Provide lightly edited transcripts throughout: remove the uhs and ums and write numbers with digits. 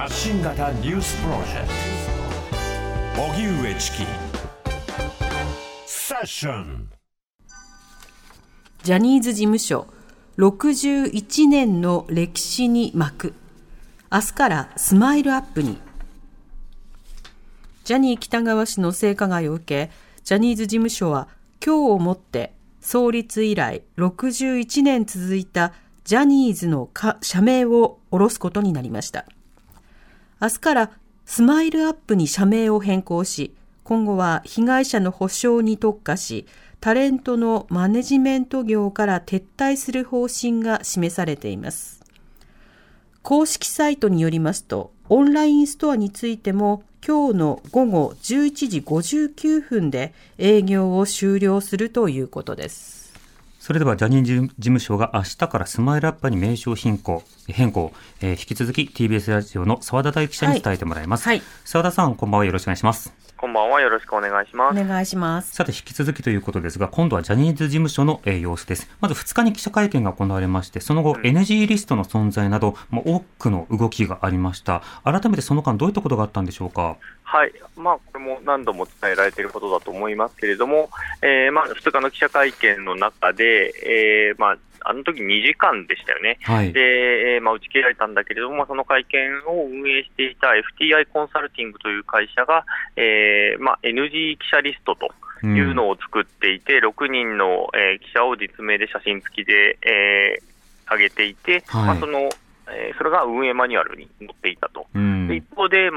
発信型ニュースプロジェクト荻上チキセッション。 ジャニーズ事務所61年の歴史に幕。明日からスマイルアップに。ジャニー喜多川氏の性加害を受け、ジャニーズ事務所は今日をもって創立以来61年続いたジャニーズの社名を下ろすことになりました。明日からスマイルアップに社名を変更し、今後は被害者の補償に特化し、タレントのマネジメント業から撤退する方針が示されています。公式サイトによりますと、オンラインストアについても今日の午後11時59分で営業を終了するということです。 それではジャニーズ事務所が明日からスマイルアップに名称変更、引き続き TBS ラジオの澤田大記者に伝えてもらいます。澤田さん、こんばんは。よろしくお願いします。 こんばんは。よろしくお願いします。 お願いします。 さて、引き続きということですが、今度はジャニーズ事務所の様子です。まず2日に記者会見が行われまして、その後 NG リストの存在など、多くの動きがありました。改めてその間どういったことがあったんでしょうか。 はい、これも何度も伝えられていることだと思いますけれども、2日の記者会見の中で、あの時2時間でしたよね。で、打ち切られたんだけれども、その会見を運営していた FTI コンサルティングという会社が、NG 記者リストというのを作っていて、6人の、記者を実名で写真付きで、上げていて、それが運営マニュアルに載っていたと。で一方で、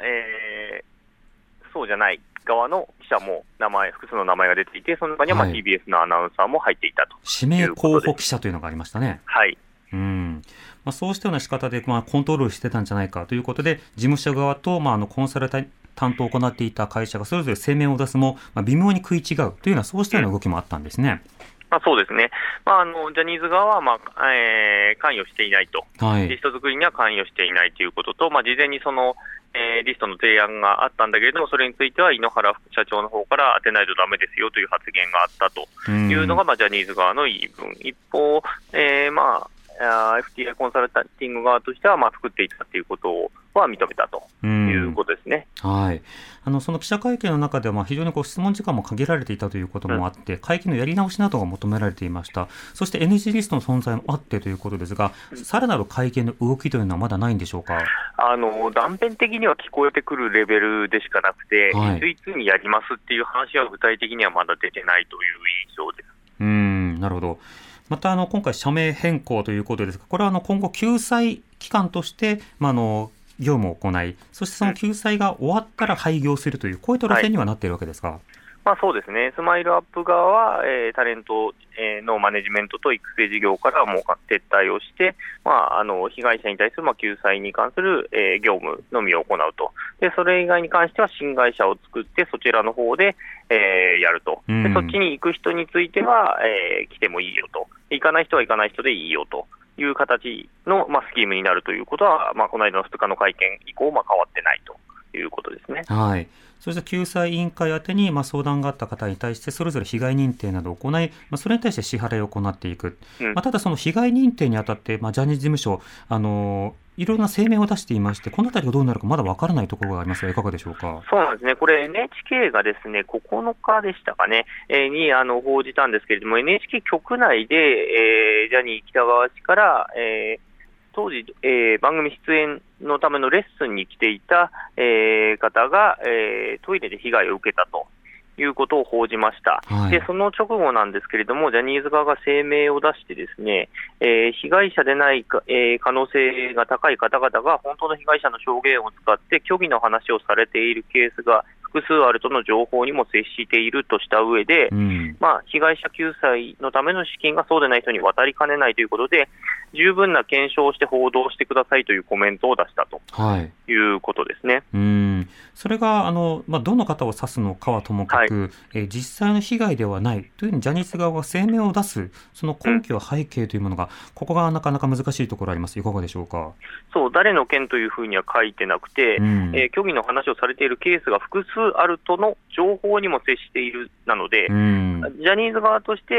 そうじゃない側の記者も複数の名前が出ていて、その中にはTBS のアナウンサーも入っていたと。 指名候補記者というのがありましたね。 はい。 そうしたような仕方で、コントロールしてたんじゃないかということで、事務所側と、コンサル担当を行っていた会社がそれぞれ声明を出すも、微妙に食い違うというような、そうしたような動きもあったんですね。 そうですね。ジャニーズ側は、関与していないと。リスト作りには関与していないということと、事前にその、リストの提案があったんだけれども、それについては井ノ原副社長の方から当てないとダメですよという発言があったというのが、ジャニーズ側の言い分。一方、FTI コンサルティング側としては、作っていたということは認めたということですね。 その記者会見の中では、非常に質問時間も限られていたということもあって、会見のやり直しなどが求められていました。そして NG リストの存在もあってということですが、さらなる会見の動きというのはまだないんでしょうか。 断片的には聞こえてくるレベルでしかなくて、いついつにやりますっていう話は具体的にはまだ出てないという印象です。 なるほど。また今回社名変更ということですが、これは今後救済期間として、業務を行い、そしてその救済が終わったら廃業するという、こういった路線にはなっているわけですか。 そうですね。スマイルアップ側は、タレントのマネジメントと育成事業からもう撤退をして、被害者に対する救済に関する、業務のみを行うと。で、それ以外に関しては新会社を作って、そちらの方で、やると。で、そっちに行く人については、来てもいいよと。行かない人は行かない人でいいよという形の、スキームになるということは、この間の2日の会見以降、変わってないということですね。 そして救済委員会宛てに相談があった方に対してそれぞれ被害認定などを行い、それに対して支払いを行っていく。ただその被害認定にあたって、ジャニーズ事務所いろんな声明を出していまして、このあたりがどうなるかまだわからないところがありますが、いかがでしょうか。 そうなんですね。これ NHK がですね、9日でしたかね、に報じたんですけれども、 NHK 局内で、ジャニー喜多川氏から、当時、番組出演のためのレッスンに来ていた、方が、トイレで被害を受けたということを報じました。で、その直後なんですけれども、ジャニーズ側が声明を出してですね、被害者でない可能性が高い方々が本当の被害者の証言を使って虚偽の話をされているケースが複数あるとの情報にも接しているとした上で、被害者救済のための資金がそうでない人に渡りかねないということで、十分な検証をして報道してくださいというコメントを出したということですね。 それがどの方を指すのかはともかく、実際の被害ではないというふうにジャニーズ側が声明を出す、その根拠、背景というものが、ここがなかなか難しいところあります。いかがでしょうか。 誰の件というふうには書いてなくて、虚偽の話をされているケースが複数あるとの情報にも接しているなので、ジャニーズ側として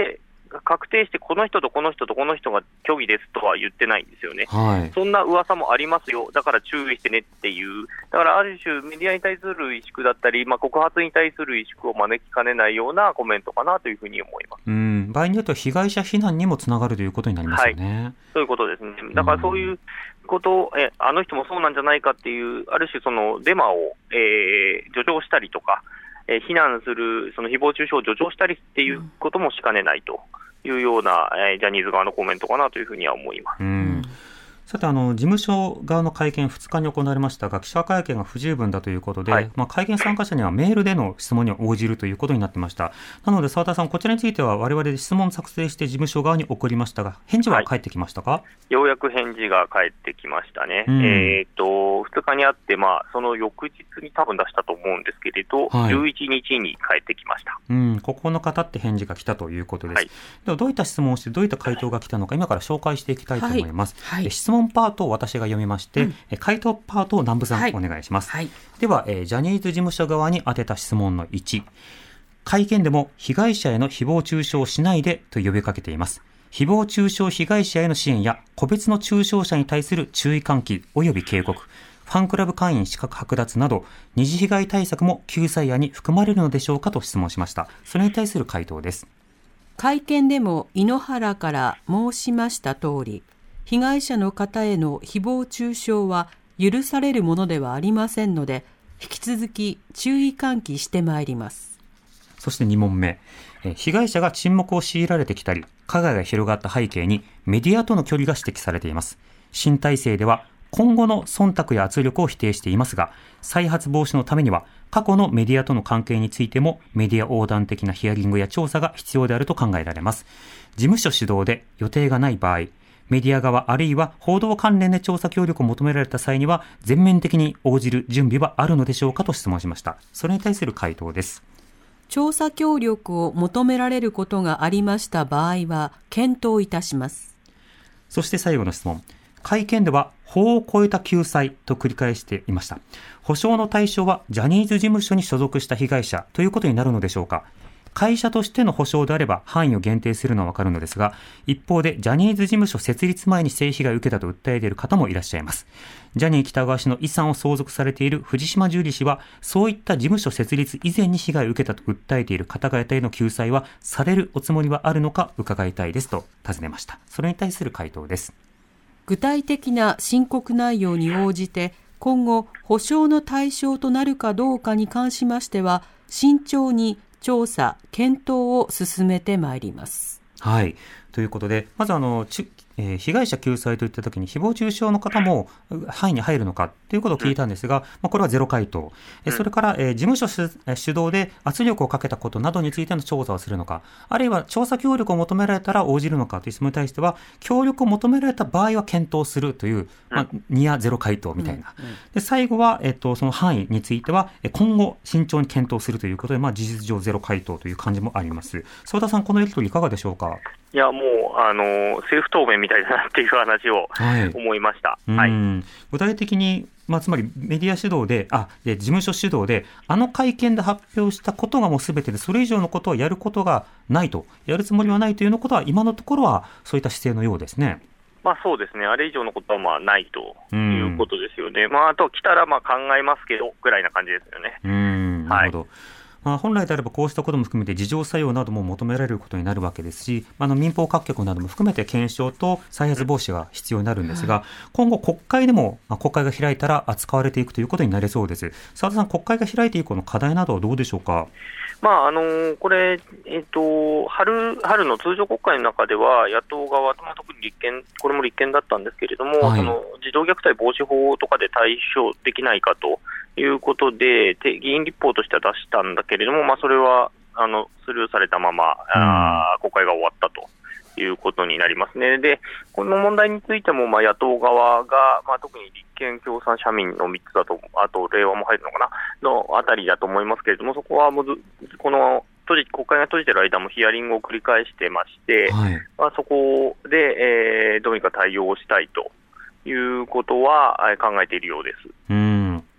確定してこの人とこの人とこの人が虚偽ですとは言ってないんですよね。 はい、 そんな噂もありますよ、だから注意してねっていう、だからある種メディアに対する萎縮だったり、告発に対する萎縮を招きかねないようなコメントかなというふうに思います。 場合によっては被害者非難にもつながるということになりますよね。はい、 そういうことですね。だからそういうことを、あの人もそうなんじゃないかっていう、ある種そのデマを、助長したりとか、非難するその誹謗中傷を助長したりっていうこともしかねないというような、ジャニーズ側のコメントかなというふうには思います。 さて事務所側の会見2日に行われましたが、記者会見が不十分だということで、会見参加者にはメールでの質問に応じるということになってました。なので澤田さん、こちらについては我々で質問作成して事務所側に送りましたが、返事は返ってきましたか？ ようやく返事が返ってきましたね。2日にあって、その翌日に多分出したと思うんですけれど、11日に返ってきました。 9日経って返事が来たということです。ではどういった質問をしてどういった回答が来たのか、今から紹介していきたいと思います。質問パートを私が読みまして、回答パートを南部さん、お願いします。では、ジャニーズ事務所側に宛てた質問の1、会見でも被害者への誹謗中傷をしないでと呼びかけています。誹謗中傷被害者への支援や個別の中傷者に対する注意喚起及び警告、ファンクラブ会員資格剥奪など二次被害対策も救済案に含まれるのでしょうかと質問しました。それに対する回答です。 会見でも井ノ原から申しました通り、被害者の方への誹謗中傷は許されるものではありませんので、引き続き注意喚起してまいります。 そして2問目、被害者が沈黙を強いられてきたり加害が広がった背景にメディアとの距離が指摘されています。新体制では今後の忖度や圧力を否定していますが、再発防止のためには過去のメディアとの関係についてもメディア横断的なヒアリングや調査が必要であると考えられます。事務所主導で予定がない場合、メディア側あるいは報道関連で調査協力を求められた際には全面的に応じる準備はあるのでしょうかと質問しました。それに対する回答です。 調査協力を求められることがありました場合は検討いたします。 そして最後の質問。会見では法を超えた救済と繰り返していました。補償の対象はジャニーズ事務所に所属した被害者ということになるのでしょうか。会社としての補償であれば範囲を限定するのはわかるのですが、一方でジャニーズ事務所設立前に性被害を受けたと訴えている方もいらっしゃいます。ジャニー喜多川氏の遺産を相続されている藤島ジュリー氏は、そういった事務所設立以前に被害を受けたと訴えている方々への救済はされるおつもりはあるのか伺いたいですと尋ねました。それに対する回答です。 具体的な申告内容に応じて今後補償の対象となるかどうかに関しましては慎重に調査検討を進めてまいります。 はい、ということで、まず被害者救済といったときに誹謗中傷の方も範囲に入るのかということを聞いたんですが、これはゼロ回答。それから事務所主導で圧力をかけたことなどについての調査をするのか、あるいは調査協力を求められたら応じるのかという質問に対しては協力を求められた場合は検討するという、2やゼロ回答みたいな。で最後は、その範囲については今後慎重に検討するということで、事実上ゼロ回答という感じもあります。澤田さん、このやり取りいかがでしょうか。 いや、もうセルフ答弁みたいだなっていう話を思いました。 具体的に、つまりメディア主導で事務所主導で会見で発表したことがもうすべてで、それ以上のことはやることがないと、やるつもりはないというようなことは今のところはそういった姿勢のようですね。 そうですね、あれ以上のことはないということですよね。あと来たら考えますけどぐらいな感じですよね。 なるほど。本来であればこうしたことも含めて自浄作用なども求められることになるわけですし、民放各局なども含めて検証と再発防止が必要になるんですが、今後国会でも、国会が開いたら扱われていくということになりそうです。澤田さん、国会が開いて以降の課題などはどうでしょうか。 これ、春の通常国会の中では野党側、特にこれも立憲だったんですけれども、その児童虐待防止法とかで対処できないかということで議員立法としては出したんだけれども、それはスルーされたまま国会が終わったということになりますね。で、この問題についても野党側が、特に立憲共産社民の3つだと、あと令和も入るのかなのあたりだと思いますけれども、そこはもうこの国会が閉じている間もヒアリングを繰り返してまして、そこで、どうにか対応したいということは考えているようです。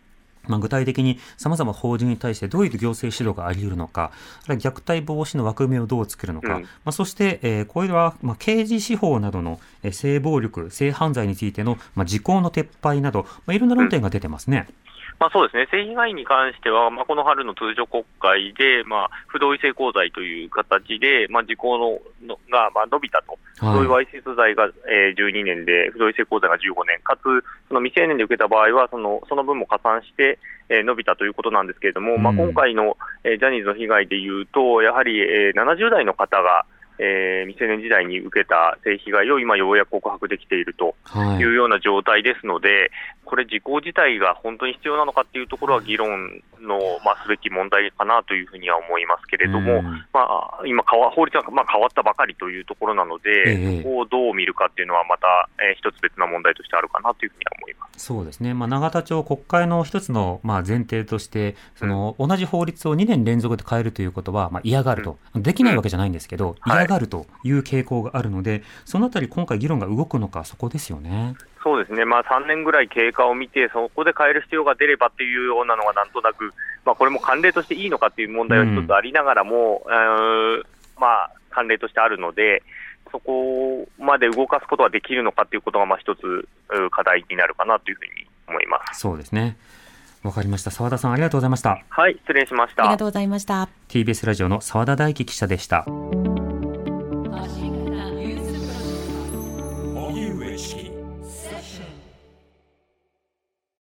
具体的に様々法人に対してどういう行政指導があり得るのか、虐待防止の枠組みをどう作るのか、そして、これは、刑事司法などの、性暴力、性犯罪についての、時効の撤廃など、いろんな論点が出てますね。 そうですね、性被害に関しては、この春の通常国会で、不同意性交罪という形で、時効が伸びたと、不同意わいせつ罪が12年で、不同意性交罪が15年、かつ、その未成年で受けた場合はその分も加算して伸びたということなんですけれども、今回のジャニーズの被害でいうと、やはり70代の方が、未成年時代に受けた性被害を今ようやく告白できているというような状態ですので、これ時効自体が本当に必要なのかというところは議論の、すべき問題かなというふうには思いますけれども、今法律が変わったばかりというところなので、そこをどう見るかっていうのはまた、一つ別な問題としてあるかなというふうには思います。 そうですね、永田町国会の一つの、前提として同じ法律を2年連続で変えるということは、嫌がると、できないわけじゃないんですけど、嫌がるという傾向があるので、そのあたり今回議論が動くのか、そこですよね。 そうですね、3年ぐらい経過を見て、そこで変える必要が出ればっていうようなのがなんとなく、これも慣例としていいのかっていう問題は一つありながらも、慣例としてあるので、そこまで動かすことはできるのかということが一つ課題になるかなというふうに思います。 そうですね。わかりました。澤田さん、ありがとうございました。 はい、失礼しました。 ありがとうございました。 TBS ラジオの澤田大樹記者でした。